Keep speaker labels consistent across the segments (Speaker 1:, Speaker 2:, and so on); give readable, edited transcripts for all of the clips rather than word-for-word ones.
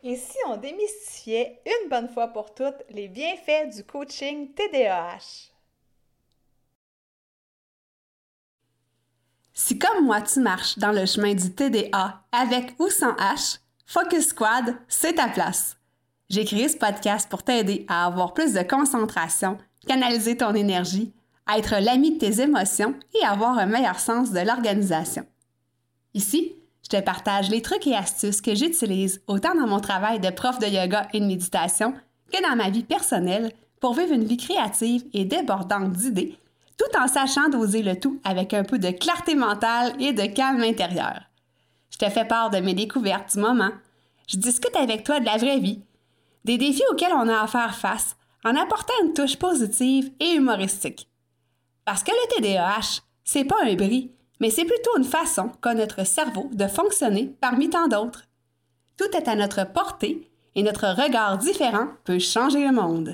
Speaker 1: Et si on démystifiait une bonne fois pour toutes les bienfaits du coaching TDAH?
Speaker 2: Si comme moi tu marches dans le chemin du TDA avec ou sans H, Focus Squad, c'est ta place. J'ai créé ce podcast pour t'aider à avoir plus de concentration, canaliser ton énergie, être l'ami de tes émotions et avoir un meilleur sens de l'organisation. Ici, je te partage les trucs et astuces que j'utilise autant dans mon travail de prof de yoga et de méditation que dans ma vie personnelle pour vivre une vie créative et débordante d'idées, tout en sachant doser le tout avec un peu de clarté mentale et de calme intérieur. Je te fais part de mes découvertes du moment. Je discute avec toi de la vraie vie, des défis auxquels on a à faire face, en apportant une touche positive et humoristique. Parce que le TDAH, c'est pas un bris, mais c'est plutôt une façon qu'a notre cerveau de fonctionner parmi tant d'autres. Tout est à notre portée et notre regard différent peut changer le monde.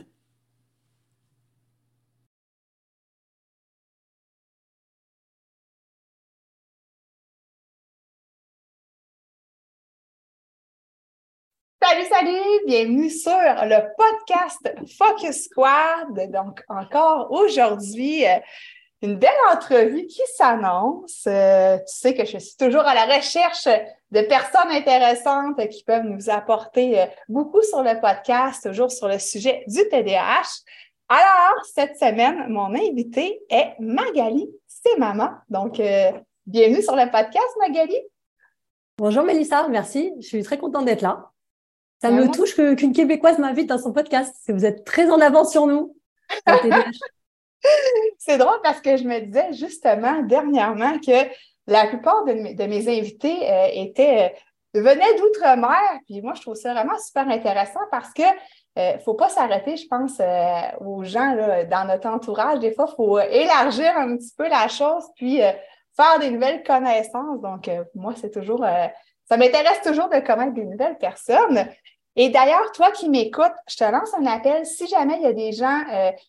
Speaker 1: Salut, salut! Bienvenue sur le podcast Focus Squad. Donc, encore aujourd'hui, une belle entrevue qui s'annonce. Tu sais que je suis toujours à la recherche de personnes intéressantes qui peuvent nous apporter beaucoup sur le podcast, toujours sur le sujet du TDAH. Alors, cette semaine, mon invité est Magali, c'est maman. Donc, bienvenue sur le podcast, Magali.
Speaker 3: Bonjour Mélissa, merci. Je suis très contente d'être là. Ça
Speaker 1: Ben,
Speaker 3: me
Speaker 1: moi,
Speaker 3: touche qu'une Québécoise m'invite dans son podcast, parce que vous êtes très en avance sur nous, sur le TDAH.
Speaker 1: c'est drôle parce que je me disais justement dernièrement que la plupart de mes invités venaient d'outre-mer. Puis moi, je trouve ça vraiment super intéressant parce que faut pas s'arrêter, je pense, aux gens là, dans notre entourage. Des fois, il faut élargir un petit peu la chose puis faire des nouvelles connaissances. Donc, moi, ça m'intéresse toujours de connaître des nouvelles personnes. Et d'ailleurs, toi qui m'écoutes, je te lance un appel. Si jamais il y a des gens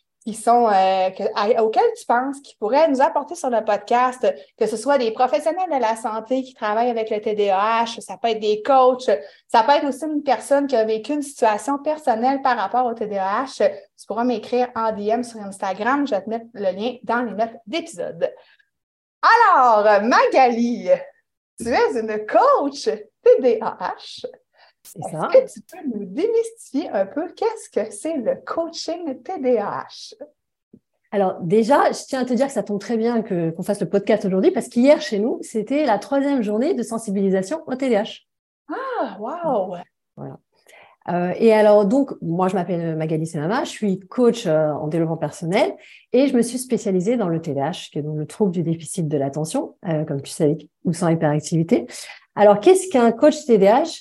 Speaker 1: auxquels tu penses qui pourraient nous apporter sur le podcast, que ce soit des professionnels de la santé qui travaillent avec le TDAH, ça peut être des coachs, ça peut être aussi une personne qui a vécu une situation personnelle par rapport au TDAH, tu pourras m'écrire en DM sur Instagram, je vais te mettre le lien dans les notes d'épisode. Alors, Magali, tu es une coach TDAH.
Speaker 3: C'est
Speaker 1: Est-ce
Speaker 3: ça.
Speaker 1: que tu peux nous démystifier un peu qu'est-ce que c'est le coaching TDAH?
Speaker 3: Alors déjà, je tiens à te dire que ça tombe très bien qu'on fasse le podcast aujourd'hui, parce qu'hier, chez nous, c'était la 3e journée de sensibilisation au TDAH.
Speaker 1: Ah, wow!
Speaker 3: Voilà. Et alors, donc, moi, je m'appelle Magali Semama, je suis coach en développement personnel et je me suis spécialisée dans le TDAH, qui est donc le trouble du déficit de l'attention, comme tu sais, ou sans hyperactivité. Alors, qu'est-ce qu'un coach TDAH?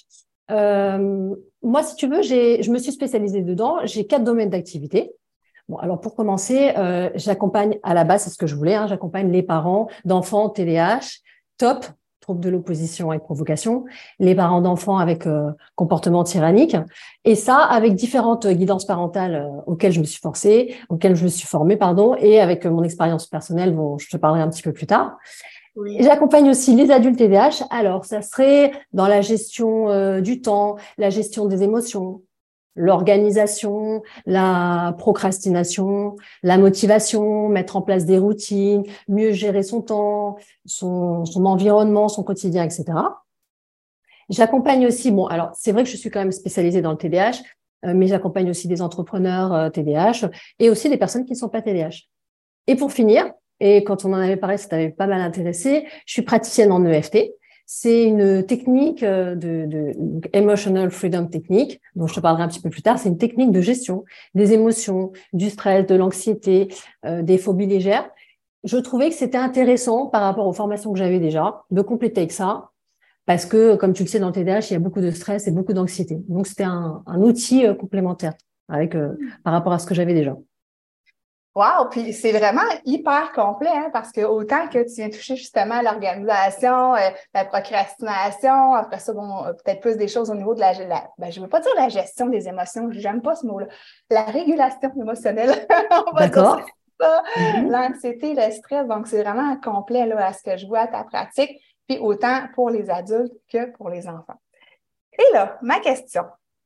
Speaker 3: Moi, si tu veux, je me suis spécialisée dedans. J'ai 4 domaines d'activité. Bon, alors pour commencer, j'accompagne à la base, c'est ce que je voulais, hein, j'accompagne les parents d'enfants TDAH, TOP, trouble de l'opposition et de provocation, les parents d'enfants avec comportement tyrannique, et ça avec différentes guidances parentales auxquelles je me suis formée, pardon, et avec mon expérience personnelle dont je te parlerai un petit peu plus tard.
Speaker 1: Oui.
Speaker 3: J'accompagne aussi les adultes TDAH. Alors, ça serait dans la gestion du temps, la gestion des émotions, l'organisation, la procrastination, la motivation, mettre en place des routines, mieux gérer son temps, son environnement, son quotidien, etc. J'accompagne aussi, bon, alors c'est vrai que je suis quand même spécialisée dans le TDAH, mais j'accompagne aussi des entrepreneurs TDAH et aussi des personnes qui ne sont pas TDAH. Et pour finir, et quand on en avait parlé, ça t'avait pas mal intéressé, je suis praticienne en EFT. C'est une technique de Emotional Freedom Technique, dont je te parlerai un petit peu plus tard. C'est une technique de gestion des émotions, du stress, de l'anxiété, des phobies légères. Je trouvais que c'était intéressant par rapport aux formations que j'avais déjà, de compléter avec ça, parce que, comme tu le sais, dans le TDAH, il y a beaucoup de stress et beaucoup d'anxiété. Donc, c'était un outil complémentaire avec, par rapport à ce que j'avais déjà.
Speaker 1: Wow! Puis c'est vraiment hyper complet, hein, parce que autant que tu viens toucher justement à l'organisation, la procrastination, après ça, bon, peut-être plus des choses au niveau de je ne veux pas dire la gestion des émotions, j'aime pas ce mot-là, la régulation émotionnelle, on va dire ça,
Speaker 3: D'accord? Mhm.
Speaker 1: l'anxiété, le stress, donc c'est vraiment complet là, à ce que je vois à ta pratique, puis autant pour les adultes que pour les enfants. Et là, ma question.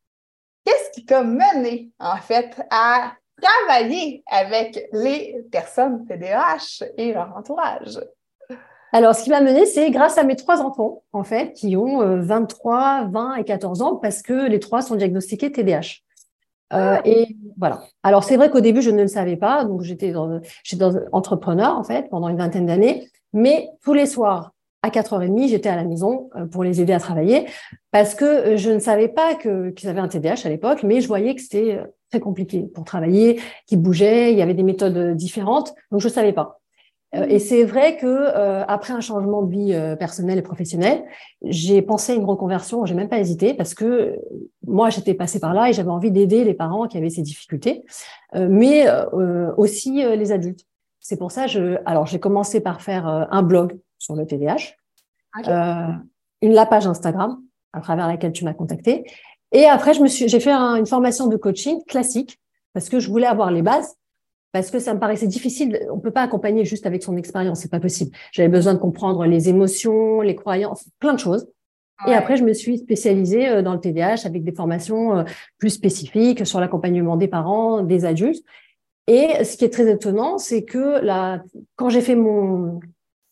Speaker 1: qu'est-ce qui t'a mené, en fait, à travailler avec les personnes TDAH et leur entourage?
Speaker 3: Alors, ce qui m'a menée, c'est grâce à mes 3 enfants, en fait, qui ont 23, 20 et 14 ans, parce que les 3 sont diagnostiqués TDAH. Et voilà. Alors, c'est vrai qu'au début, je ne le savais pas. Donc, j'étais entrepreneur, en fait, pendant une vingtaine d'années. Mais tous les soirs, à 4h30, j'étais à la maison pour les aider à travailler parce que je ne savais pas qu'ils avaient un TDAH à l'époque, mais je voyais que c'était très compliqué pour travailler, qu'ils bougeaient, il y avait des méthodes différentes. Donc, je ne savais pas. Et c'est vrai que après un changement de vie personnelle et professionnelle, j'ai pensé à une reconversion. J'ai même pas hésité parce que moi j'étais passée par là et j'avais envie d'aider les parents qui avaient ces difficultés, mais aussi les adultes. C'est pour ça alors j'ai commencé par faire un blog sur le TDAH,
Speaker 1: Okay.
Speaker 3: la page Instagram à travers laquelle tu m'as contactée, et après j'ai fait une formation de coaching classique parce que je voulais avoir les bases. Parce que ça me paraissait difficile. On peut pas accompagner juste avec son expérience, c'est pas possible. J'avais besoin de comprendre les émotions, les croyances, plein de choses.
Speaker 1: Ouais.
Speaker 3: Et après, je me suis spécialisée dans le TDAH avec des formations plus spécifiques sur l'accompagnement des parents, des adultes. Et ce qui est très étonnant, c'est que quand j'ai fait mon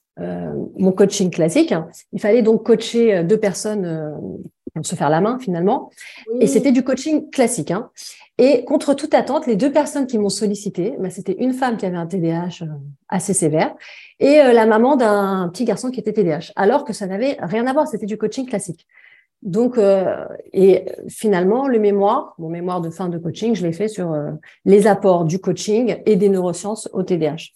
Speaker 3: coaching classique, il fallait donc coacher 2 personnes pour se faire la main finalement.
Speaker 1: Oui.
Speaker 3: Et c'était du coaching classique. Et contre toute attente, les 2 personnes qui m'ont sollicité, c'était une femme qui avait un TDAH assez sévère et la maman d'un petit garçon qui était TDAH, alors que ça n'avait rien à voir, c'était du coaching classique. Donc, et finalement, mon mémoire de fin de coaching, je l'ai fait sur les apports du coaching et des neurosciences au TDAH.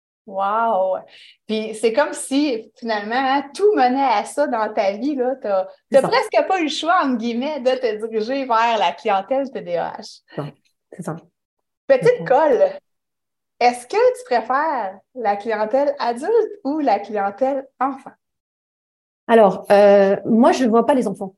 Speaker 1: Wow! Puis c'est comme si, finalement, tout menait à ça dans ta vie. Tu n'as presque pas eu le choix, entre guillemets, de te diriger vers la clientèle TDAH.
Speaker 3: C'est ça.
Speaker 1: Petite colle, est-ce que tu préfères la clientèle adulte ou la clientèle enfant?
Speaker 3: Alors, moi, je ne vois pas les enfants.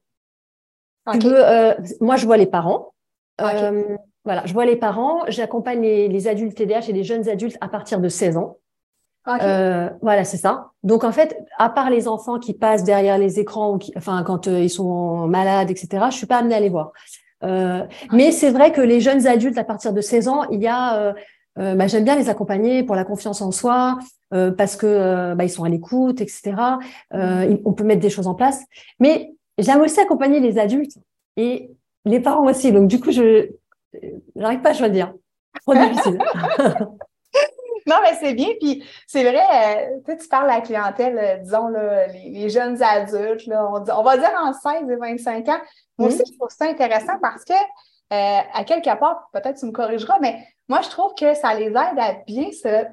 Speaker 1: Okay.
Speaker 3: Moi, je vois les parents.
Speaker 1: Okay.
Speaker 3: Voilà, je vois les parents. J'accompagne les adultes TDAH et les jeunes adultes à partir de 16 ans.
Speaker 1: Okay.
Speaker 3: Voilà, c'est ça. Donc, en fait, à part les enfants qui passent derrière les écrans, quand ils sont malades, etc., je suis pas amenée à les voir. Mais c'est vrai que les jeunes adultes, à partir de 16 ans, il y a, j'aime bien les accompagner pour la confiance en soi, parce que ils sont à l'écoute, etc. On peut mettre des choses en place. Mais j'aime aussi accompagner les adultes et les parents aussi. Donc, du coup, je n'arrive pas à choisir. Trop difficile.
Speaker 1: Non, mais c'est bien. Puis c'est vrai, tu parles à la clientèle, disons, là, les jeunes adultes, là, on va dire en 16 et 25 ans. Moi aussi, je trouve ça intéressant parce que, à quelque part, peut-être tu me corrigeras, mais moi, je trouve que ça les aide à bien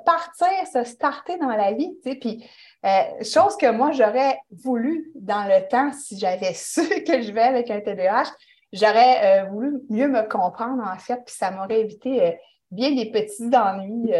Speaker 1: se starter dans la vie. Tu sais. Puis, chose que moi, j'aurais voulu dans le temps, si j'avais su que je vais avec un TDAH, j'aurais voulu mieux me comprendre, en fait, puis ça m'aurait évité bien des petits ennuis.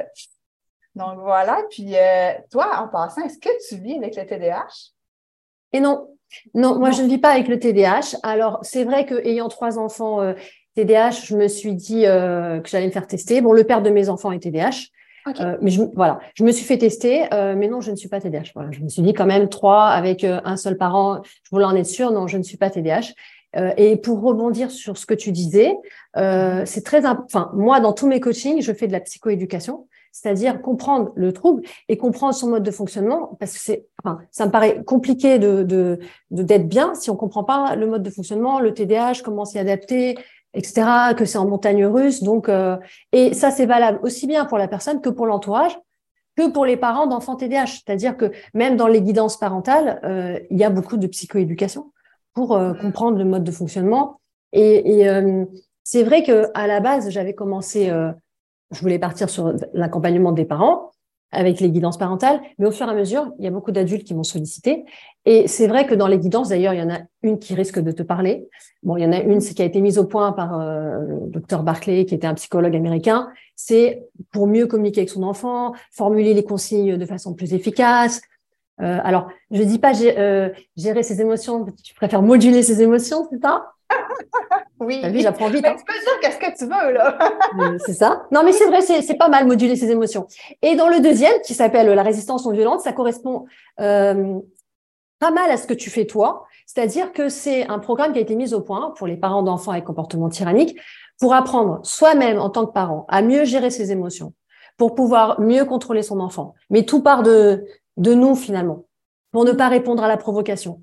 Speaker 1: Donc voilà. Puis toi, en passant, est-ce que tu vis avec le TDAH?
Speaker 3: Et non, moi je ne vis pas avec le TDAH. Alors c'est vrai que ayant 3 enfants TDAH, je me suis dit que j'allais me faire tester. Bon, le père de mes enfants est TDAH. Okay. Mais je me suis fait tester, mais non, je ne suis pas TDAH. Voilà, je me suis dit quand même 3 avec un seul parent, je voulais en être sûre. Non, je ne suis pas TDAH. Et pour rebondir sur ce que tu disais, c'est très important. Moi, dans tous mes coachings, je fais de la psychoéducation, c'est-à-dire comprendre le trouble et comprendre son mode de fonctionnement, parce que ça me paraît compliqué d'être bien si on comprend pas le mode de fonctionnement, le TDAH, comment s'y adapter, etc., que c'est en montagne russe. Donc, et ça, c'est valable aussi bien pour la personne que pour l'entourage, que pour les parents d'enfants TDAH. C'est-à-dire que même dans les guidances parentales, il y a beaucoup de psychoéducation pour comprendre le mode de fonctionnement. Et c'est vrai que à la base, j'avais commencé, je voulais partir sur l'accompagnement des parents avec les guidances parentales, mais au fur et à mesure, il y a beaucoup d'adultes qui m'ont sollicité. Et c'est vrai que dans les guidances, d'ailleurs, il y en a une qui risque de te parler. Bon, il y en a une qui a été mise au point par le docteur Barclay, qui était un psychologue américain. C'est pour mieux communiquer avec son enfant, formuler les consignes de façon plus efficace. Alors, je dis pas gérer ses émotions, tu préfères moduler ses émotions, c'est ça?
Speaker 1: Oui.
Speaker 3: T'as vu, j'apprends vite.
Speaker 1: Mais tu peux dire qu'est-ce que tu veux, là.
Speaker 3: C'est ça. Non, mais c'est vrai, c'est pas mal moduler ses émotions. Et dans le deuxième, qui s'appelle la résistance non violente, ça correspond pas mal à ce que tu fais toi. C'est-à-dire que c'est un programme qui a été mis au point pour les parents d'enfants avec comportement tyrannique pour apprendre soi-même en tant que parent à mieux gérer ses émotions, pour pouvoir mieux contrôler son enfant. Mais tout part de nous finalement, pour ne pas répondre à la provocation.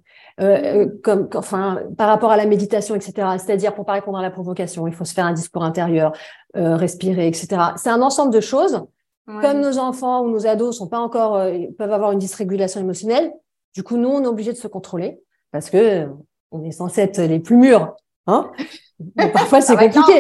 Speaker 3: Par rapport à la méditation, etc. C'est-à-dire, pour pas répondre à la provocation, il faut se faire un discours intérieur, respirer, etc. C'est un ensemble de choses.
Speaker 1: Ouais.
Speaker 3: Comme nos enfants ou nos ados sont pas encore, peuvent avoir une dysrégulation émotionnelle, du coup, nous, on est obligé de se contrôler parce que on est censé être les plus mûrs, hein. Mais parfois, c'est compliqué.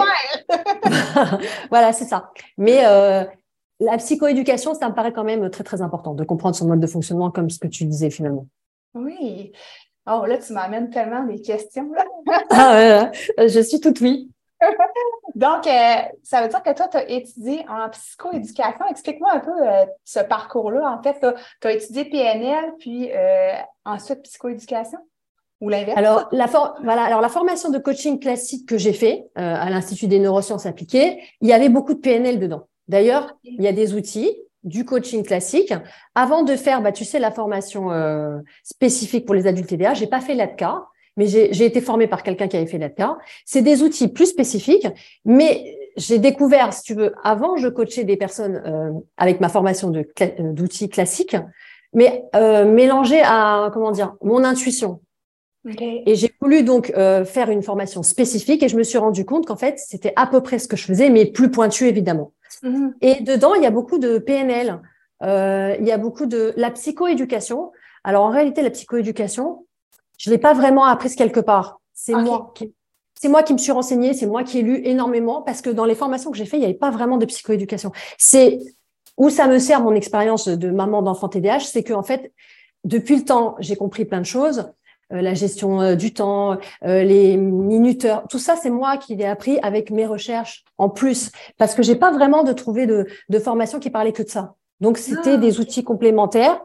Speaker 3: Voilà, c'est ça. Mais la psychoéducation, ça me paraît quand même très, très important de comprendre son mode de fonctionnement comme ce que tu disais finalement.
Speaker 1: Oui. Oh, là, tu m'amènes tellement des questions, là.
Speaker 3: Je suis toute oui.
Speaker 1: Donc, ça veut dire que toi, tu as étudié en psychoéducation. Explique-moi un peu ce parcours-là. En fait, tu as étudié PNL, puis ensuite psychoéducation, ou l'inverse?
Speaker 3: Alors, la formation de coaching classique que j'ai fait à l'Institut des neurosciences appliquées, il y avait beaucoup de PNL dedans. D'ailleurs, il y a des outils du coaching classique. Avant de faire, tu sais, la formation spécifique pour les adultes TDAH, j'ai pas fait l'ADCA, mais j'ai été formée par quelqu'un qui avait fait l'ADCA. C'est des outils plus spécifiques, mais j'ai découvert, si tu veux, avant, je coachais des personnes avec ma formation d'outils classiques, mais mélangés à, comment dire, mon intuition.
Speaker 1: Okay.
Speaker 3: Et j'ai voulu donc faire une formation spécifique et je me suis rendu compte qu'en fait, c'était à peu près ce que je faisais, mais plus pointu, évidemment.
Speaker 1: Mm-hmm.
Speaker 3: Et dedans, il y a beaucoup de PNL, il y a beaucoup de la psychoéducation. Alors, en réalité, la psychoéducation, je l'ai pas vraiment apprise quelque part. C'est moi qui me suis renseignée, c'est moi qui ai lu énormément parce que dans les formations que j'ai fait, il n'y avait pas vraiment de psychoéducation. C'est où ça me sert mon expérience de maman d'enfant TDAH, c'est que en fait, depuis le temps, j'ai compris plein de choses. La gestion du temps, les minuteurs, tout ça, c'est moi qui l'ai appris avec mes recherches en plus, parce que j'ai pas vraiment trouvé de formation qui parlait que de ça. Donc, c'était des outils complémentaires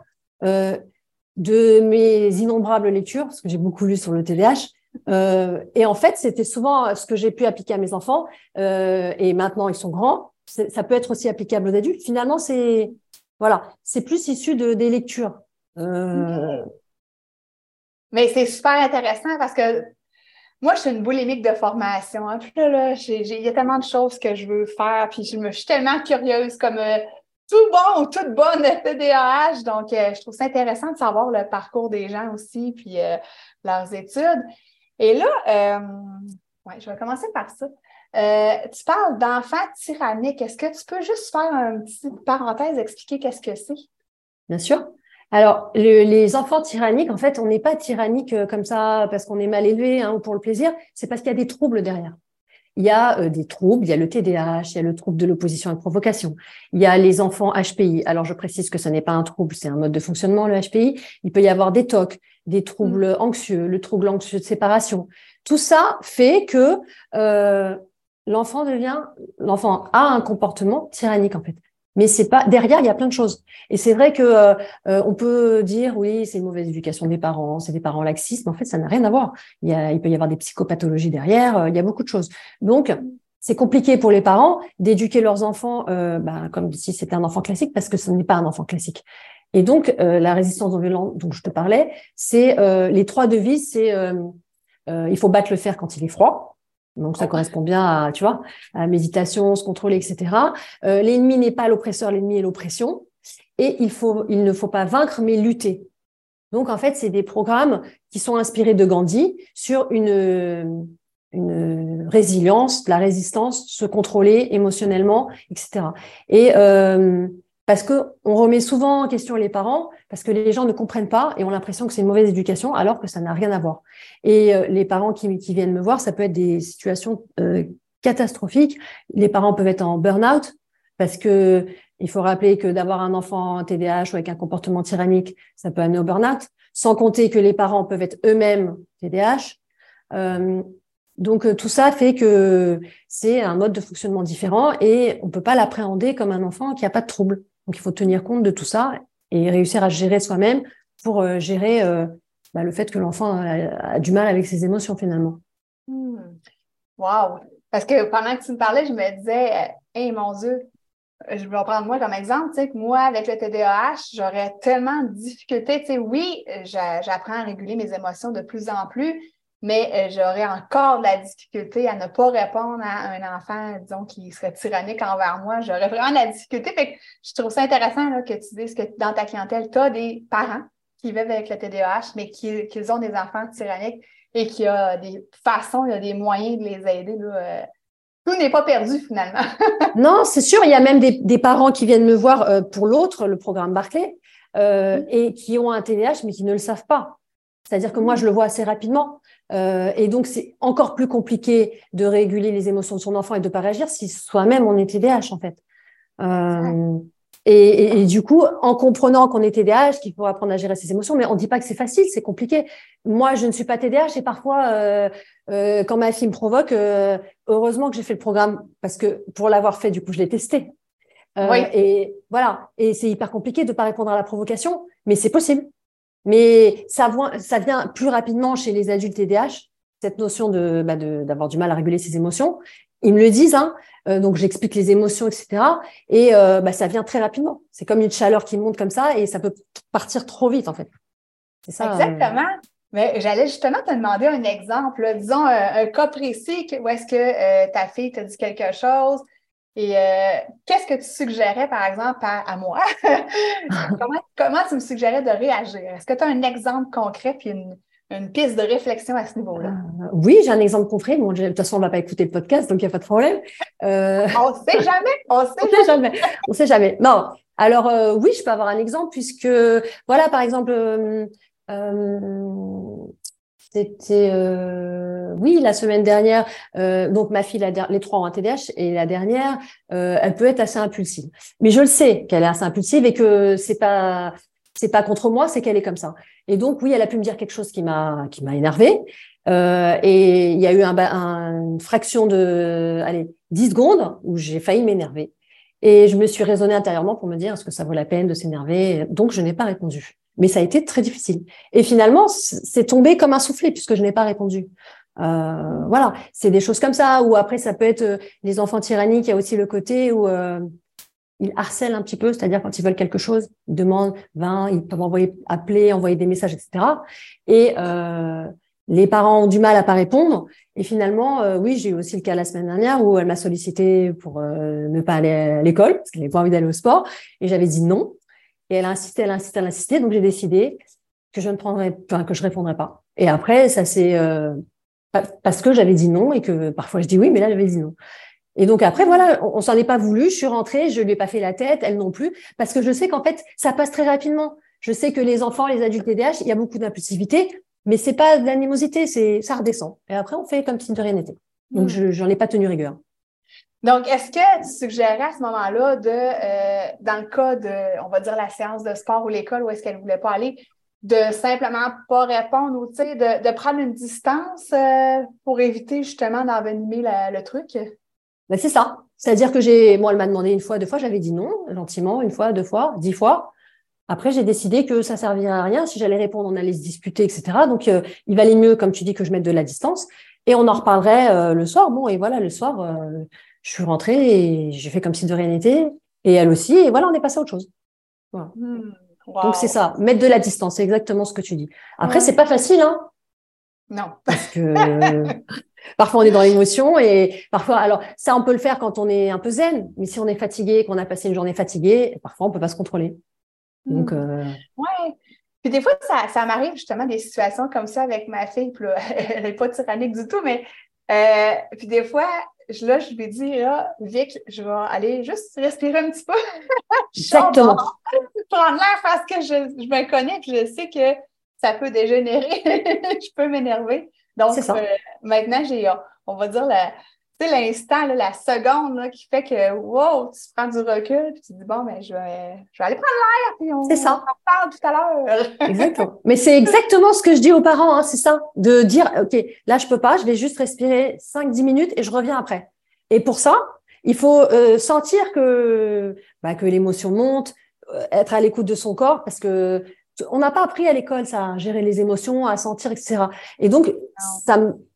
Speaker 3: de mes innombrables lectures, parce que j'ai beaucoup lu sur le TDAH. Et en fait, c'était souvent ce que j'ai pu appliquer à mes enfants. Et maintenant, ils sont grands. Ça peut être aussi applicable aux adultes. Finalement, c'est plus issu des lectures.
Speaker 1: Mais c'est super intéressant parce que moi, je suis une boulimique de formation. Hein. Puis là, il y a tellement de choses que je veux faire. Puis je suis tellement curieuse comme tout bon ou toute bonne TDAH. Donc, je trouve ça intéressant de savoir le parcours des gens aussi, puis leurs études. Et là, je vais commencer par ça. Tu parles d'enfants tyranniques. Est-ce que tu peux juste faire une petite parenthèse, expliquer qu'est-ce que c'est?
Speaker 3: Bien sûr. Alors, les enfants tyranniques, en fait, on n'est pas tyrannique comme ça parce qu'on est mal élevé ou pour le plaisir. C'est parce qu'il y a des troubles derrière. Il y a des troubles, il y a le TDAH, il y a le trouble de l'opposition à la provocation. Il y a les enfants HPI. Alors, je précise que ce n'est pas un trouble, c'est un mode de fonctionnement, le HPI. Il peut y avoir des TOC, des troubles anxieux, le trouble anxieux de séparation. Tout ça fait que l'enfant a un comportement tyrannique, en fait. Mais c'est pas derrière, il y a plein de choses. Et c'est vrai que on peut dire oui, c'est une mauvaise éducation des parents, c'est des parents laxistes, mais en fait, ça n'a rien à voir. Il peut y avoir des psychopathologies derrière, il y a beaucoup de choses. Donc, c'est compliqué pour les parents d'éduquer leurs enfants comme si c'était un enfant classique, parce que ce n'est pas un enfant classique. Et donc, la résistance non violente dont je te parlais, c'est les 3 devises, c'est il faut battre le fer quand il est froid. Donc, ça correspond bien à, tu vois, à la méditation, se contrôler, etc. L'ennemi n'est pas l'oppresseur, l'ennemi est l'oppression. Et il ne faut pas vaincre, mais lutter. Donc, en fait, c'est des programmes qui sont inspirés de Gandhi sur une résilience, de la résistance, se contrôler émotionnellement, etc. Et parce que on remet souvent en question les parents, parce que les gens ne comprennent pas et ont l'impression que c'est une mauvaise éducation, alors que ça n'a rien à voir. Et les parents qui viennent me voir, ça peut être des situations catastrophiques. Les parents peuvent être en burn-out, parce que il faut rappeler que d'avoir un enfant TDAH ou avec un comportement tyrannique, ça peut amener au burn-out, sans compter que les parents peuvent être eux-mêmes TDAH. Donc, tout ça fait que c'est un mode de fonctionnement différent et on peut pas l'appréhender comme un enfant qui a pas de trouble. Donc, il faut tenir compte de tout ça et réussir à gérer soi-même pour gérer le fait que l'enfant a du mal avec ses émotions finalement.
Speaker 1: Wow! Parce que pendant que tu me parlais, je me disais, hey, mon Dieu, je vais prendre moi comme exemple, tu sais, que moi, avec le TDAH, j'aurais tellement de difficultés. Tu sais, oui, j'apprends à réguler mes émotions de plus en plus, mais j'aurais encore de la difficulté à ne pas répondre à un enfant, disons, qui serait tyrannique envers moi. J'aurais vraiment de la difficulté. Fait que je trouve ça intéressant là, que tu dises que dans ta clientèle, tu as des parents qui vivent avec le TDAH, mais qu'ils ont des enfants tyranniques et qu'il y a des façons, il y a des moyens de les aider. Là, tout n'est pas perdu finalement.
Speaker 3: Non, c'est sûr, il y a même des parents qui viennent me voir pour l'autre, le programme Barclay, et qui ont un TDAH, mais qui ne le savent pas. C'est-à-dire que moi, je le vois assez rapidement. Et donc, c'est encore plus compliqué de réguler les émotions de son enfant et de ne pas réagir si soi-même on est TDAH, en fait. Et du coup, en comprenant qu'on est TDAH, qu'il faut apprendre à gérer ses émotions, mais on ne dit pas que c'est facile, c'est compliqué. Moi, je ne suis pas TDAH et parfois, quand ma fille me provoque, heureusement que j'ai fait le programme parce que pour l'avoir fait, du coup, je l'ai testé.
Speaker 1: Oui.
Speaker 3: Et voilà. Et c'est hyper compliqué de ne pas répondre à la provocation, mais c'est possible. Mais ça vient plus rapidement chez les adultes TDAH, cette notion d'avoir du mal à réguler ses émotions. Ils me le disent, hein. Donc j'explique les émotions, etc. Et ça vient très rapidement. C'est comme une chaleur qui monte comme ça et ça peut partir trop vite en fait. C'est ça.
Speaker 1: Exactement. Mais j'allais justement te demander un exemple, là. Disons un cas précis où est-ce que ta fille t'a dit quelque chose et qu'est-ce que tu suggérais, par exemple, à moi? Comment tu me suggérais de réagir? Est-ce que tu as un exemple concret puis une piste de réflexion à ce niveau-là?
Speaker 3: Oui, j'ai un exemple concret. Bon, de toute façon, on ne va pas écouter le podcast, donc il n'y a pas de problème.
Speaker 1: On ne sait jamais.
Speaker 3: On sait jamais. On sait jamais. Non. Alors, oui, je peux avoir un exemple puisque, voilà, par exemple, c'était, oui, la semaine dernière, donc ma fille, les trois ont un TDAH et la dernière, elle peut être assez impulsive. Mais je le sais qu'elle est assez impulsive et que c'est pas contre moi, c'est qu'elle est comme ça. Et donc, oui, elle a pu me dire quelque chose qui m'a énervée. Et il y a eu une fraction de, 10 secondes où j'ai failli m'énerver. Et je me suis raisonnée intérieurement pour me dire, est-ce que ça vaut la peine de s'énerver? Donc, je n'ai pas répondu. Mais ça a été très difficile. Et finalement, c'est tombé comme un soufflet puisque je n'ai pas répondu. Voilà, c'est des choses comme ça. Ou après, ça peut être les enfants tyranniques. Il y a aussi le côté où ils harcèlent un petit peu, c'est-à-dire quand ils veulent quelque chose, ils demandent, ils peuvent envoyer des messages, etc. Et les parents ont du mal à pas répondre. Et finalement, oui, j'ai eu aussi le cas la semaine dernière où elle m'a sollicité pour ne pas aller à l'école parce qu'elle n'avait pas envie d'aller au sport. Et j'avais dit non. Et elle a insisté, elle a insisté, elle a insisté. Donc, j'ai décidé que je répondrais pas. Et après, ça c'est parce que j'avais dit non et que parfois je dis oui, mais là, j'avais dit non. Et donc après, voilà, on s'en est pas voulu. Je suis rentrée, je lui ai pas fait la tête, elle non plus, parce que je sais qu'en fait, ça passe très rapidement. Je sais que les enfants, les adultes TDAH, il y a beaucoup d'impulsivité, mais c'est pas de l'animosité, ça redescend. Et après, on fait comme si de rien n'était. Donc, j'en ai pas tenu rigueur.
Speaker 1: Donc, est-ce que tu suggérais à ce moment-là dans le cas de, on va dire, la séance de sport ou l'école où est-ce qu'elle ne voulait pas aller, de simplement pas répondre ou, tu sais, de prendre une distance pour éviter justement d'envenimer le truc?
Speaker 3: Ben, c'est ça. C'est-à-dire que moi, elle m'a demandé une fois, deux fois, j'avais dit non, gentiment, une fois, deux fois, 10 fois. Après, j'ai décidé que ça servirait à rien. Si j'allais répondre, on allait se disputer, etc. Donc, il valait mieux, comme tu dis, que je mette de la distance. Et on en reparlerait le soir. Bon, et voilà, le soir, je suis rentrée et j'ai fait comme si de rien n'était. Et elle aussi. Et voilà, on est passé à autre chose. Voilà.
Speaker 1: Wow.
Speaker 3: Donc, c'est ça. Mettre de la distance. C'est exactement ce que tu dis. Après, c'est pas facile, hein.
Speaker 1: Non.
Speaker 3: Parce que parfois, on est dans l'émotion et parfois, alors, ça, on peut le faire quand on est un peu zen. Mais si on est fatigué, qu'on a passé une journée fatiguée, parfois, on peut pas se contrôler. Donc,
Speaker 1: ouais. Puis des fois, ça m'arrive justement des situations comme ça avec ma fille. Puis là, elle n'est pas tyrannique du tout, mais puis des fois, je lui dis, là, Vic, je vais aller juste respirer un petit peu.
Speaker 3: Exactement.
Speaker 1: Prendre l'air parce que je me connais et je sais que ça peut dégénérer. Je peux m'énerver. Donc, maintenant, j'ai, on va dire, l'instant, la seconde là, qui fait que, wow, tu prends du recul et tu te dis, bon, ben, je vais aller prendre l'air puis on en parle tout à l'heure.
Speaker 3: Exactement. Mais c'est exactement ce que je dis aux parents, hein, c'est ça, de dire, OK, là, je peux pas, je vais juste respirer 5-10 minutes et je reviens après. Et pour ça, il faut sentir que l'émotion monte, être à l'écoute de son corps parce que on n'a pas appris à l'école ça, à gérer les émotions, à sentir, etc. Et donc,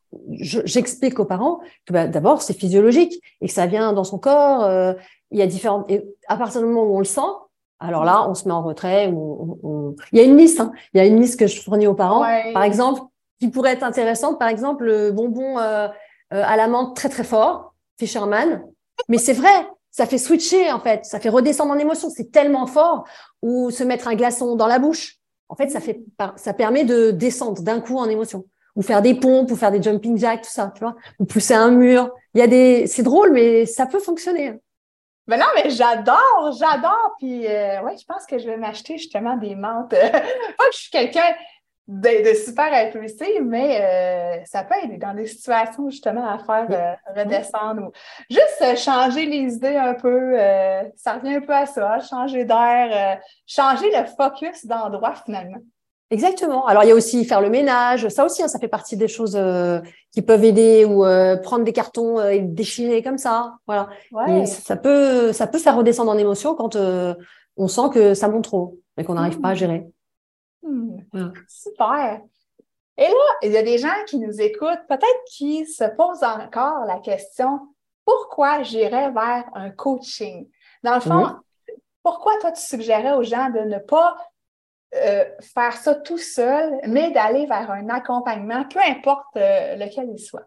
Speaker 3: j'explique aux parents que d'abord, c'est physiologique et que ça vient dans son corps. Il y a différentes… Et à partir du moment où on le sent, alors là, on se met en retrait. Il y a une liste. Il y a une liste que je fournis aux parents.
Speaker 1: Ouais.
Speaker 3: Par exemple, qui pourrait être intéressante. Par exemple, le bonbon à la menthe très, très fort, Fisherman. Mais c'est vrai, ça fait switcher, en fait. Ça fait redescendre en émotion. C'est tellement fort. Ou se mettre un glaçon dans la bouche. En fait, ça permet de descendre d'un coup en émotion. Ou faire des pompes, ou faire des jumping jacks, tout ça, tu vois. Ou pousser un mur. C'est drôle, mais ça peut fonctionner.
Speaker 1: Mais non, mais j'adore. Puis, ouais, je pense que je vais m'acheter justement des menthes. Pas que je suis quelqu'un de super impulsif, mais ça peut aider dans des situations justement à faire redescendre ou juste changer les idées un peu. Ça revient un peu à ça, changer d'air, changer le focus d'endroit finalement.
Speaker 3: Exactement. Alors, il y a aussi faire le ménage. Ça aussi, ça fait partie des choses qui peuvent aider ou prendre des cartons et déchirer comme ça. Voilà.
Speaker 1: Ouais.
Speaker 3: Et ça peut faire redescendre en émotion quand on sent que ça monte trop et qu'on n'arrive pas à gérer. Voilà.
Speaker 1: Super. Et là, il y a des gens qui nous écoutent, peut-être qui se posent encore la question, pourquoi j'irais vers un coaching? Dans le fond, pourquoi toi, tu suggérais aux gens de ne pas faire ça tout seul, mais d'aller vers un accompagnement, peu importe lequel il soit?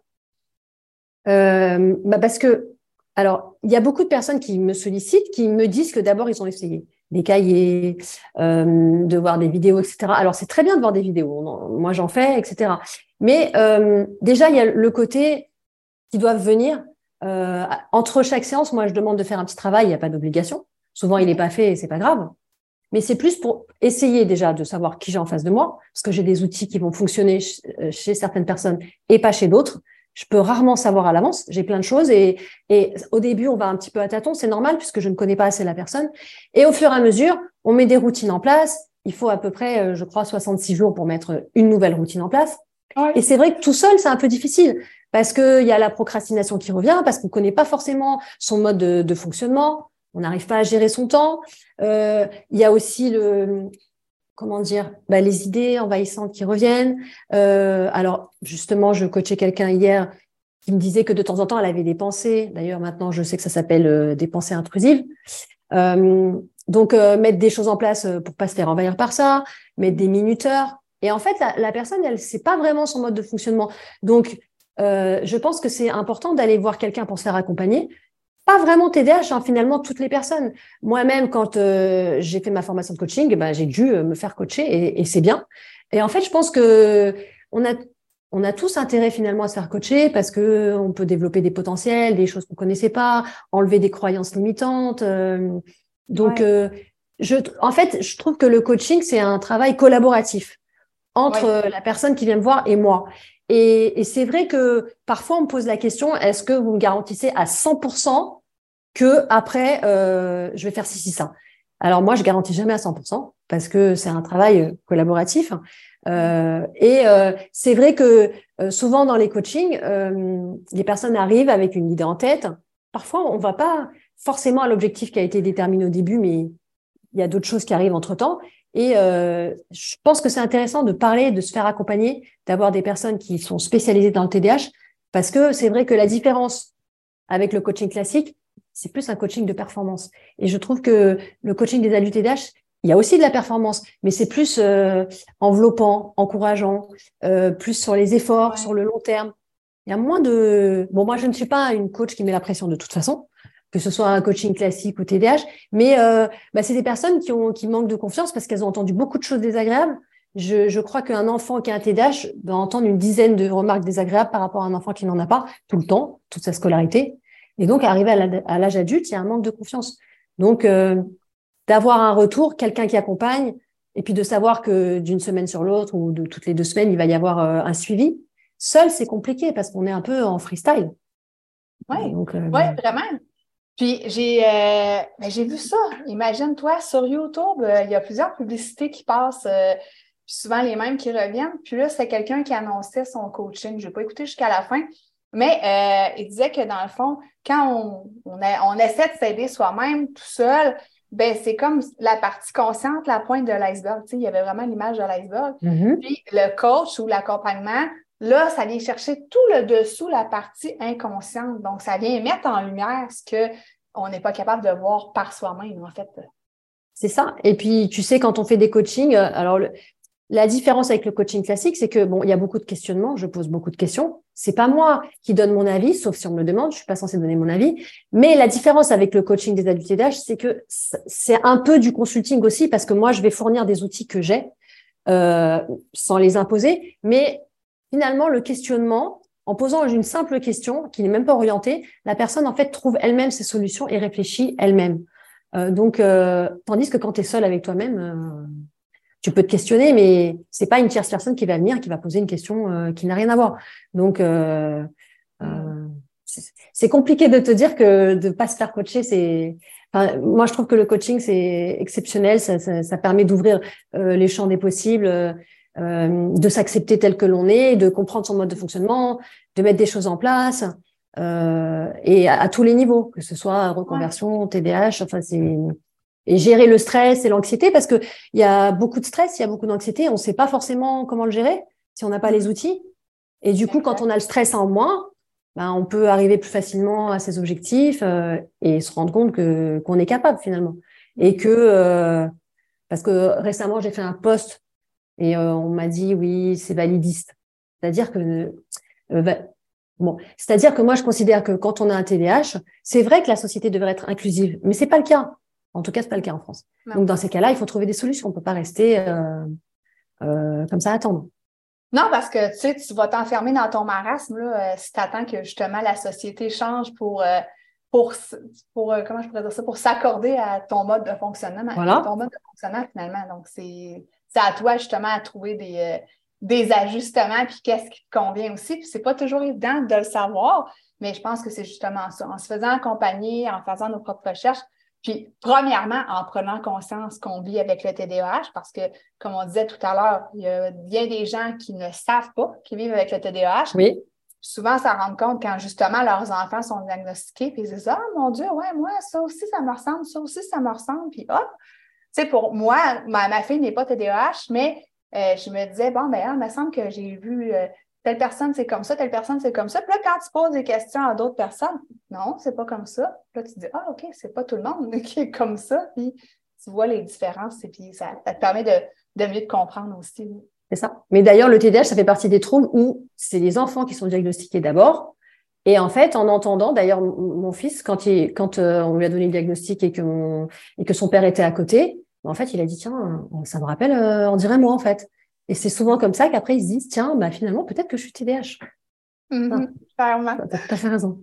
Speaker 3: Parce que, alors, il y a beaucoup de personnes qui me sollicitent, qui me disent que d'abord, ils ont essayé des cahiers, de voir des vidéos, etc. Alors, c'est très bien de voir des vidéos. Moi, j'en fais, etc. Mais déjà, il y a le côté qui doivent venir. Entre chaque séance, moi, je demande de faire un petit travail. Il n'y a pas d'obligation. Souvent, il n'est pas fait et c'est pas grave. Mais c'est plus pour essayer déjà de savoir qui j'ai en face de moi, parce que j'ai des outils qui vont fonctionner chez certaines personnes et pas chez d'autres. Je peux rarement savoir à l'avance. J'ai plein de choses et au début, on va un petit peu à tâtons. C'est normal puisque je ne connais pas assez la personne. Et au fur et à mesure, on met des routines en place. Il faut à peu près, je crois, 66 jours pour mettre une nouvelle routine en place. Ouais. Et c'est vrai que tout seul, c'est un peu difficile parce qu'il y a la procrastination qui revient, parce qu'on ne connaît pas forcément son mode de fonctionnement. On n'arrive pas à gérer son temps. Il y a aussi les idées envahissantes qui reviennent. Alors, justement, je coachais quelqu'un hier qui me disait que de temps en temps, elle avait des pensées. D'ailleurs, maintenant, je sais que ça s'appelle des pensées intrusives. Donc, mettre des choses en place pour pas se faire envahir par ça, mettre des minuteurs. Et en fait, la personne, elle sait pas vraiment son mode de fonctionnement. Donc, je pense que c'est important d'aller voir quelqu'un pour se faire accompagner. Pas vraiment TDAH, finalement, toutes les personnes. Moi-même, quand j'ai fait ma formation de coaching, j'ai dû me faire coacher et c'est bien. Et en fait, je pense que on a tous intérêt finalement à se faire coacher parce que on peut développer des potentiels, des choses qu'on connaissait pas, enlever des croyances limitantes. En fait, je trouve que le coaching, c'est un travail collaboratif entre la personne qui vient me voir et moi. Et c'est vrai que parfois, on me pose la question, est-ce que vous me garantissez à 100% que après, je vais faire ci, ça? Alors moi, je garantis jamais à 100% parce que c'est un travail collaboratif. C'est vrai que souvent dans les coachings, les personnes arrivent avec une idée en tête. Parfois, on va pas forcément à l'objectif qui a été déterminé au début, mais il y a d'autres choses qui arrivent entre-temps. Et je pense que c'est intéressant de parler, de se faire accompagner, d'avoir des personnes qui sont spécialisées dans le TDAH, parce que c'est vrai que la différence avec le coaching classique, c'est plus un coaching de performance. Et je trouve que le coaching des adultes TDAH, il y a aussi de la performance, mais c'est plus enveloppant, encourageant, plus sur les efforts, sur le long terme. Il y a moins de… Bon, moi, je ne suis pas une coach qui met la pression de toute façon, que ce soit un coaching classique ou TDAH, mais c'est des personnes qui manquent de confiance parce qu'elles ont entendu beaucoup de choses désagréables. Je crois qu'un enfant qui a un TDAH va entendre une dizaine de remarques désagréables par rapport à un enfant qui n'en a pas tout le temps, toute sa scolarité. Et donc, arrivé à l'âge adulte, il y a un manque de confiance. Donc, d'avoir un retour, quelqu'un qui accompagne, et puis de savoir que d'une semaine sur l'autre ou de toutes les 2 semaines, il va y avoir un suivi. Seul, c'est compliqué parce qu'on est un peu en freestyle.
Speaker 1: Oui, vraiment. Puis, j'ai vu ça. Imagine-toi, sur YouTube, il y a plusieurs publicités qui passent, souvent les mêmes qui reviennent. Puis là, c'est quelqu'un qui annonçait son coaching. Je n'ai pas écouté jusqu'à la fin, mais il disait que dans le fond, quand on essaie de s'aider soi-même tout seul, c'est comme la partie consciente, la pointe de l'iceberg. Tu sais, il y avait vraiment l'image de l'iceberg.
Speaker 3: Mm-hmm.
Speaker 1: Puis le coach ou l'accompagnement, là, ça vient chercher tout le dessous, la partie inconsciente. Donc, ça vient mettre en lumière ce qu'on n'est pas capable de voir par soi-même, en fait.
Speaker 3: C'est ça. Et puis, tu sais, quand on fait des coachings, alors la différence avec le coaching classique, c'est que bon, il y a beaucoup de questionnements, je pose beaucoup de questions. C'est pas moi qui donne mon avis, sauf si on me le demande, je suis pas censée donner mon avis. Mais la différence avec le coaching des adultes TDAH, c'est que c'est un peu du consulting aussi, parce que moi, je vais fournir des outils que j'ai, sans les imposer. Mais finalement, le questionnement, en posant une simple question qui n'est même pas orientée, la personne en fait trouve elle-même ses solutions et réfléchit elle-même. Tandis que quand tu es seul avec toi-même, tu peux te questionner, mais c'est pas une tierce personne qui va venir, qui va poser une question qui n'a rien à voir. Donc, c'est compliqué de te dire que de pas se faire coacher, enfin, moi, je trouve que le coaching, c'est exceptionnel. Ça permet d'ouvrir les champs des possibles, de s'accepter tel que l'on est, de comprendre son mode de fonctionnement, de mettre des choses en place, et à tous les niveaux, que ce soit reconversion, TDAH, enfin, et gérer le stress et l'anxiété, parce que il y a beaucoup de stress, il y a beaucoup d'anxiété, on ne sait pas forcément comment le gérer si on n'a pas les outils. Et du coup, quand on a le stress en moins, ben, on peut arriver plus facilement à ses objectifs et se rendre compte qu'on est capable finalement. Et que, parce que récemment, j'ai fait un post et on m'a dit, oui, c'est validiste. C'est-à-dire que, c'est-à-dire que moi, je considère que quand on a un TDAH, c'est vrai que la société devrait être inclusive, mais c'est pas le cas. En tout cas, c'est pas le cas en France. Non. Donc, dans ces cas-là, il faut trouver des solutions. On peut pas rester comme ça à attendre.
Speaker 1: Non, parce que tu sais, tu vas t'enfermer dans ton marasme là, si tu attends que justement la société change pour comment je pourrais dire ça, pour s'accorder à ton mode de fonctionnement,
Speaker 3: voilà.
Speaker 1: ton mode de fonctionnement finalement. Donc, c'est à toi justement à trouver des ajustements puis qu'est-ce qui te convient aussi. Puis c'est pas toujours évident de le savoir, mais je pense que c'est justement ça. En se faisant accompagner, en faisant nos propres recherches, puis, premièrement, en prenant conscience qu'on vit avec le TDAH, parce que, comme on disait tout à l'heure, il y a bien des gens qui ne savent pas qu'ils vivent avec le TDAH.
Speaker 3: Oui.
Speaker 1: Souvent, ça rend compte quand, justement, leurs enfants sont diagnostiqués, puis ils disent « Ah, mon Dieu, ouais, moi, ça aussi, ça me ressemble, ça aussi, ça me ressemble. » Puis, hop! Tu sais, pour moi, ma fille n'est pas TDAH, mais je me disais « Bon, ben, il me semble que j'ai vu... telle personne, c'est comme ça, telle personne, c'est comme ça. » Puis là, quand tu poses des questions à d'autres personnes, non, c'est pas comme ça. Puis là, tu te dis, ah, OK, c'est pas tout le monde qui est comme ça. Puis tu vois les différences et puis ça te permet de mieux te comprendre aussi.
Speaker 3: C'est ça. Mais d'ailleurs, le TDAH, ça fait partie des troubles où c'est les enfants qui sont diagnostiqués d'abord. Et en fait, en entendant, d'ailleurs, mon fils, quand on lui a donné le diagnostic et que son père était à côté, en fait, il a dit, tiens, ça me rappelle, on dirait moi, en fait. Et c'est souvent comme ça qu'après, ils se disent, tiens, bah, finalement, peut-être que je suis TDAH.
Speaker 1: Clairement.
Speaker 3: Tu as tout à fait raison.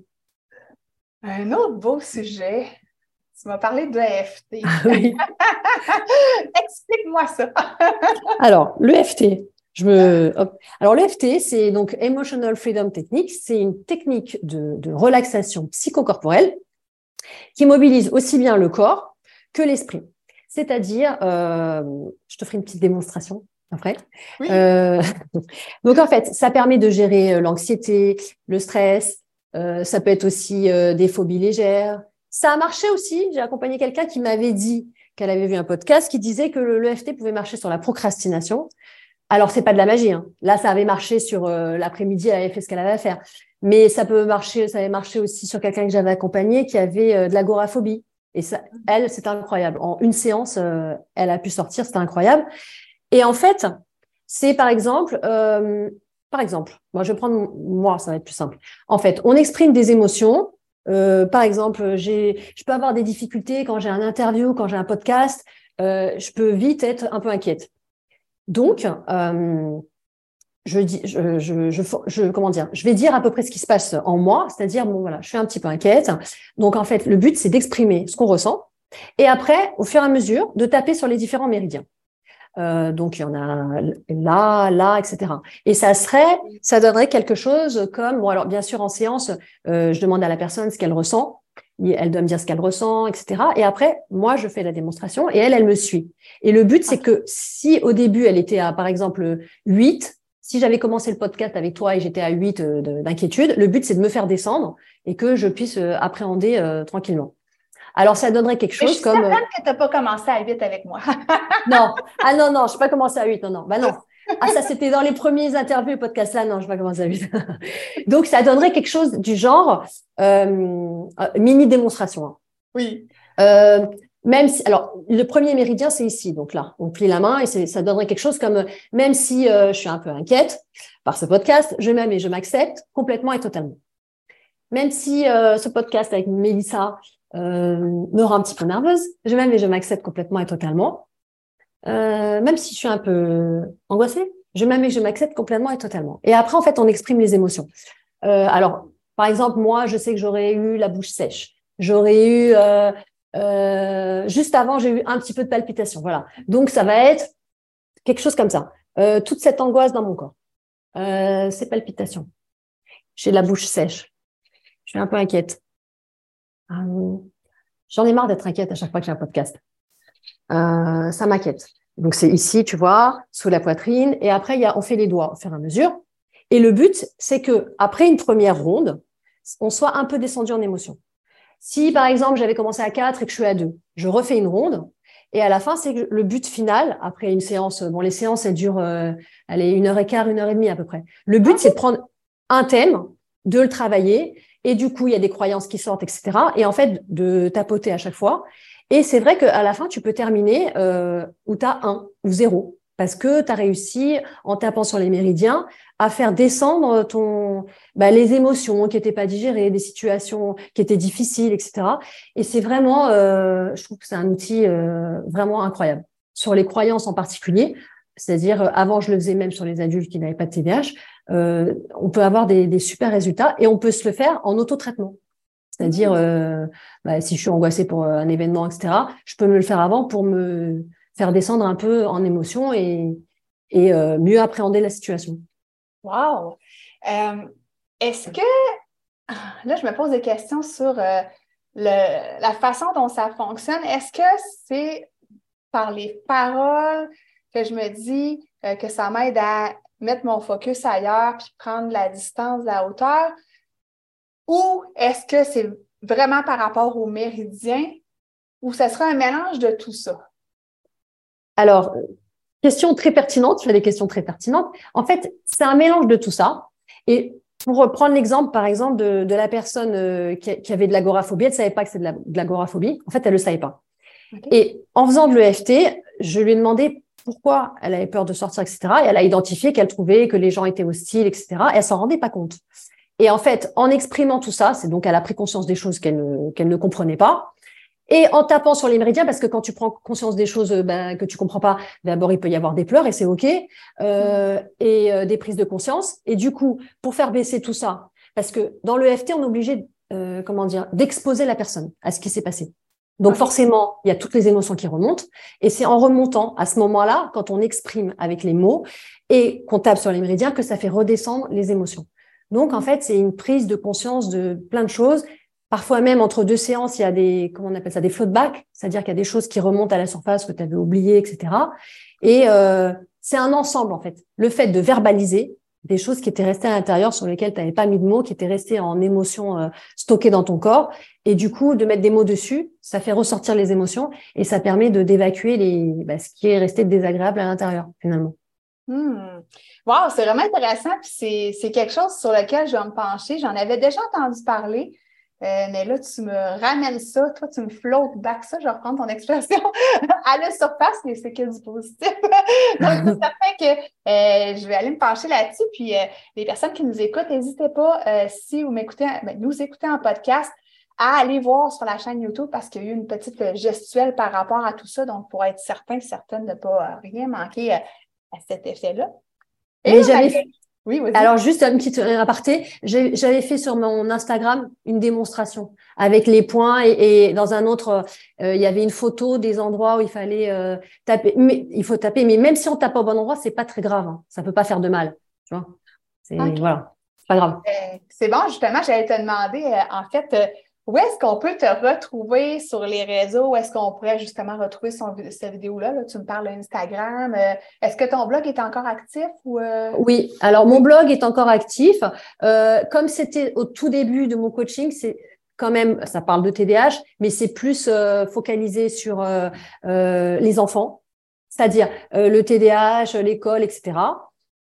Speaker 1: Un autre beau sujet. Tu m'as parlé de l'EFT.
Speaker 3: Oui.
Speaker 1: Explique-moi ça.
Speaker 3: Alors, l'EFT. Alors, l'EFT, c'est donc Emotional Freedom Technique. C'est une technique de relaxation psychocorporelle qui mobilise aussi bien le corps que l'esprit. C'est-à-dire, je te ferai une petite démonstration après.
Speaker 1: Oui.
Speaker 3: Donc, en fait, ça permet de gérer l'anxiété, le stress. Ça peut être aussi des phobies légères. Ça a marché aussi. J'ai accompagné quelqu'un qui m'avait dit qu'elle avait vu un podcast qui disait que l'EFT pouvait marcher sur la procrastination. Alors, c'est pas de la magie, hein. Là, ça avait marché sur l'après-midi, elle avait fait ce qu'elle avait à faire. Mais ça avait marché aussi sur quelqu'un que j'avais accompagné qui avait de l'agoraphobie. Et ça, elle, c'est incroyable. En une séance, elle a pu sortir, c'était incroyable. Et en fait, c'est par exemple, moi, je vais prendre moi, ça va être plus simple. En fait, on exprime des émotions. Par exemple, je peux avoir des difficultés quand j'ai un interview, quand j'ai un podcast. Je peux vite être un peu inquiète. Donc, je vais dire à peu près ce qui se passe en moi, c'est-à-dire, bon, voilà, je suis un petit peu inquiète. Donc, en fait, le but, c'est d'exprimer ce qu'on ressent. Et après, au fur et à mesure, de taper sur les différents méridiens. Donc, il y en a là, etc. Et ça donnerait quelque chose comme, bon, alors, bien sûr, en séance, je demande à la personne ce qu'elle ressent. Elle doit me dire ce qu'elle ressent, etc. Et après, moi, je fais la démonstration et elle me suit. Et le but, c'est que si au début, elle était à, par exemple, 8, si j'avais commencé le podcast avec toi et j'étais à 8 d'inquiétude, le but, c'est de me faire descendre et que je puisse appréhender tranquillement. Alors, ça donnerait quelque chose comme…
Speaker 1: Je suis certaine que tu n'as pas commencé à 8 avec moi.
Speaker 3: Non. Ah non, je n'ai pas commencé à 8. Non. Bah non. Ah, ça, c'était dans les premiers interviews, podcast là. Non, je sais pas comment ça vite. Donc, ça donnerait quelque chose du genre mini démonstration. Hein.
Speaker 1: Oui.
Speaker 3: Même si, alors, le premier méridien, c'est ici. Donc là, on plie la main et ça donnerait quelque chose comme, même si je suis un peu inquiète par ce podcast, je m'aime et je m'accepte complètement et totalement. Même si ce podcast avec Mélissa me rend un petit peu nerveuse, je m'aime et je m'accepte complètement et totalement. Même si je suis un peu angoissée, je m'aime et je m'accepte complètement et totalement. Et après, en fait, on exprime les émotions. Alors, par exemple, moi, je sais que j'aurais eu la bouche sèche. J'aurais eu, juste avant, j'ai eu un petit peu de palpitation. Voilà. Donc, ça va être quelque chose comme ça. Toute cette angoisse dans mon corps. Ces palpitations. J'ai la bouche sèche. Je suis un peu inquiète. J'en ai marre d'être inquiète à chaque fois que j'ai un podcast. Ça m'inquiète. Donc, c'est ici, tu vois, sous la poitrine. Et après, on fait les doigts au fur et à mesure. Et le but, c'est que après une première ronde, on soit un peu descendu en émotion. Si, par exemple, j'avais commencé à 4 et que je suis à 2, je refais une ronde. Et à la fin, c'est que le but final, après une séance, bon, les séances, elles durent, allez, 1h15, 1h30 à peu près. Le but, c'est de prendre un thème, de le travailler. Et du coup, il y a des croyances qui sortent, etc. Et en fait, de tapoter à chaque fois. Et c'est vrai qu'à la fin, tu peux terminer où tu as 1 ou 0. Parce que tu as réussi, en tapant sur les méridiens, à faire descendre les émotions qui n'étaient pas digérées, des situations qui étaient difficiles, etc. Et c'est vraiment, je trouve que c'est un outil vraiment incroyable. Sur les croyances en particulier, c'est-à-dire, avant, je le faisais même sur les adultes qui n'avaient pas de TDAH, on peut avoir des super résultats et on peut se le faire en autotraitement. C'est-à-dire, si je suis angoissée pour un événement, etc., je peux me le faire avant pour me faire descendre un peu en émotion et mieux appréhender la situation.
Speaker 1: Wow! Est-ce que, là, je me pose des questions sur la façon dont ça fonctionne. Est-ce que c'est par les paroles que je me dis que ça m'aide à mettre mon focus ailleurs puis prendre la distance, la hauteur? Ou est-ce que c'est vraiment par rapport aux méridiens ou ça sera un mélange de tout ça?
Speaker 3: Alors, question très pertinente, tu as des questions très pertinentes. En fait, c'est un mélange de tout ça. Et pour reprendre l'exemple, par exemple, de la personne qui avait de l'agoraphobie, elle ne savait pas que c'est de l'agoraphobie. En fait, elle ne le savait pas. Okay. Et en faisant de l'EFT, je lui ai demandé pourquoi elle avait peur de sortir, etc. Et elle a identifié qu'elle trouvait que les gens étaient hostiles, etc. Et elle s'en rendait pas compte. Et en fait, en exprimant tout ça, c'est donc elle a pris conscience des choses qu'elle ne comprenait pas. Et en tapant sur les méridiens, parce que quand tu prends conscience des choses que tu comprends pas, d'abord, il peut y avoir des pleurs et c'est OK, et des prises de conscience. Et du coup, pour faire baisser tout ça, parce que dans l'EFT, on est obligé, d'exposer la personne à ce qui s'est passé. Donc, forcément, il y a toutes les émotions qui remontent. Et c'est en remontant à ce moment-là, quand on exprime avec les mots et qu'on tape sur les méridiens, que ça fait redescendre les émotions. Donc, en fait, c'est une prise de conscience de plein de choses. Parfois même, entre 2 séances, il y a des floatbacks, c'est-à-dire qu'il y a des choses qui remontent à la surface que tu avais oubliées, etc. Et c'est un ensemble, en fait. Le fait de verbaliser des choses qui étaient restées à l'intérieur, sur lesquelles tu n'avais pas mis de mots, qui étaient restées en émotions stockées dans ton corps. Et du coup, de mettre des mots dessus, ça fait ressortir les émotions et ça permet d'évacuer ce qui est resté désagréable à l'intérieur, finalement.
Speaker 1: Wow, c'est vraiment intéressant. Puis c'est quelque chose sur lequel je vais me pencher. J'en avais déjà entendu parler, mais là, tu me ramènes ça. Toi, tu me float back ça. Je vais reprendre ton expression à la surface, mais c'est que du positif. Donc, c'est certain que je vais aller me pencher là-dessus. Puis, les personnes qui nous écoutent, n'hésitez pas, si vous m'écoutez, nous écoutez en podcast, à aller voir sur la chaîne YouTube parce qu'il y a eu une petite gestuelle par rapport à tout ça. Donc, pour être certaine de ne pas rien manquer à cet effet-là.
Speaker 3: Et j'avais
Speaker 1: Oui, vas-y.
Speaker 3: Alors, juste une petite aparté, j'avais fait sur mon Instagram une démonstration avec les points et dans un autre, il y avait une photo des endroits où il fallait taper. Mais il faut taper, mais même si on tape au bon endroit, c'est pas très grave. Hein. Ça peut pas faire de mal. Tu vois. Voilà, c'est pas grave.
Speaker 1: C'est bon, justement, j'allais te demander, en fait, où est-ce qu'on peut te retrouver sur les réseaux? Où est-ce qu'on pourrait justement retrouver cette vidéo-là? Là, tu me parles d'Instagram. Est-ce que ton blog est encore actif?
Speaker 3: Oui, alors mon blog est encore actif. Comme c'était au tout début de mon coaching, c'est quand même, ça parle de TDAH, mais c'est plus focalisé sur les enfants, c'est-à-dire le TDAH, l'école, etc.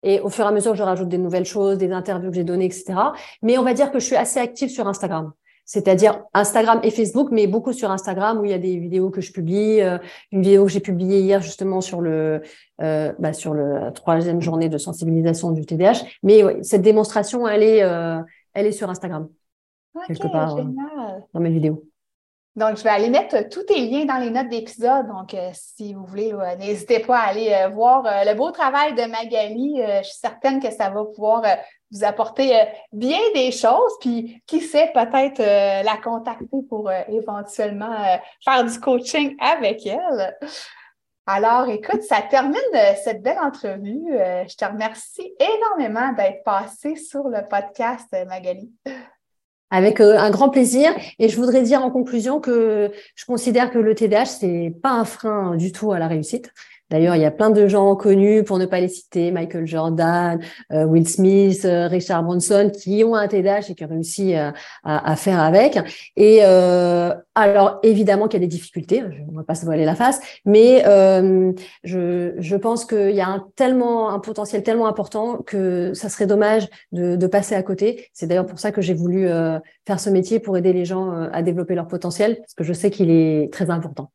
Speaker 3: Et au fur et à mesure, je rajoute des nouvelles choses, des interviews que j'ai données, etc. Mais on va dire que je suis assez active sur Instagram. C'est-à-dire Instagram et Facebook, mais beaucoup sur Instagram où il y a des vidéos que je publie. Une vidéo que j'ai publiée hier justement sur sur la 3e journée de sensibilisation du TDAH. Mais ouais, cette démonstration, elle est sur Instagram,
Speaker 1: OK,
Speaker 3: quelque part
Speaker 1: génial.
Speaker 3: dans mes vidéos.
Speaker 1: Donc, je vais aller mettre tous tes liens dans les notes d'épisode. Donc, si vous voulez, n'hésitez pas à aller voir le beau travail de Magali. Je suis certaine que ça va pouvoir vous apporter bien des choses. Puis, qui sait, peut-être la contacter pour éventuellement faire du coaching avec elle. Alors, écoute, ça termine cette belle entrevue. Je te remercie énormément d'être passée sur le podcast, Magali.
Speaker 3: Avec un grand plaisir. Et je voudrais dire en conclusion que je considère que le TDAH, c'est pas un frein du tout à la réussite. D'ailleurs, il y a plein de gens connus, pour ne pas les citer, Michael Jordan, Will Smith, Richard Branson, qui ont un TDAH et qui ont réussi à faire avec. Et alors, évidemment qu'il y a des difficultés, on ne va pas se voiler la face, mais je pense qu'il y a un potentiel tellement important que ça serait dommage de passer à côté. C'est d'ailleurs pour ça que j'ai voulu faire ce métier, pour aider les gens à développer leur potentiel, parce que je sais qu'il est très important.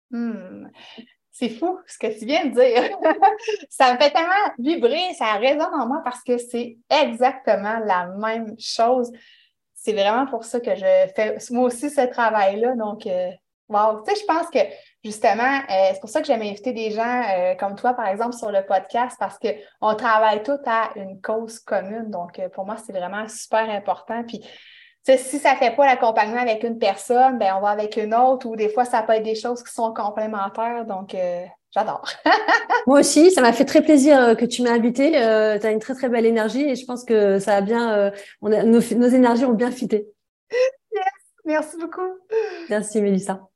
Speaker 1: C'est fou ce que tu viens de dire. Ça me fait tellement vibrer, ça résonne en moi parce que c'est exactement la même chose. C'est vraiment pour ça que je fais moi aussi ce travail-là. Donc, wow. Tu sais, je pense que justement, c'est pour ça que j'aime inviter des gens comme toi, par exemple, sur le podcast, parce qu'on travaille tous à une cause commune. Donc, pour moi, c'est vraiment super important. Puis, tu sais, si ça ne fait pas l'accompagnement avec une personne, ben on va avec une autre, ou des fois, ça peut être des choses qui sont complémentaires. Donc, j'adore.
Speaker 3: Moi aussi, ça m'a fait très plaisir que tu m'aies invitée. Tu as une très, très belle énergie et je pense que ça a bien, nos énergies ont bien fité.
Speaker 1: Yes, merci beaucoup.
Speaker 3: Merci, Mélissa.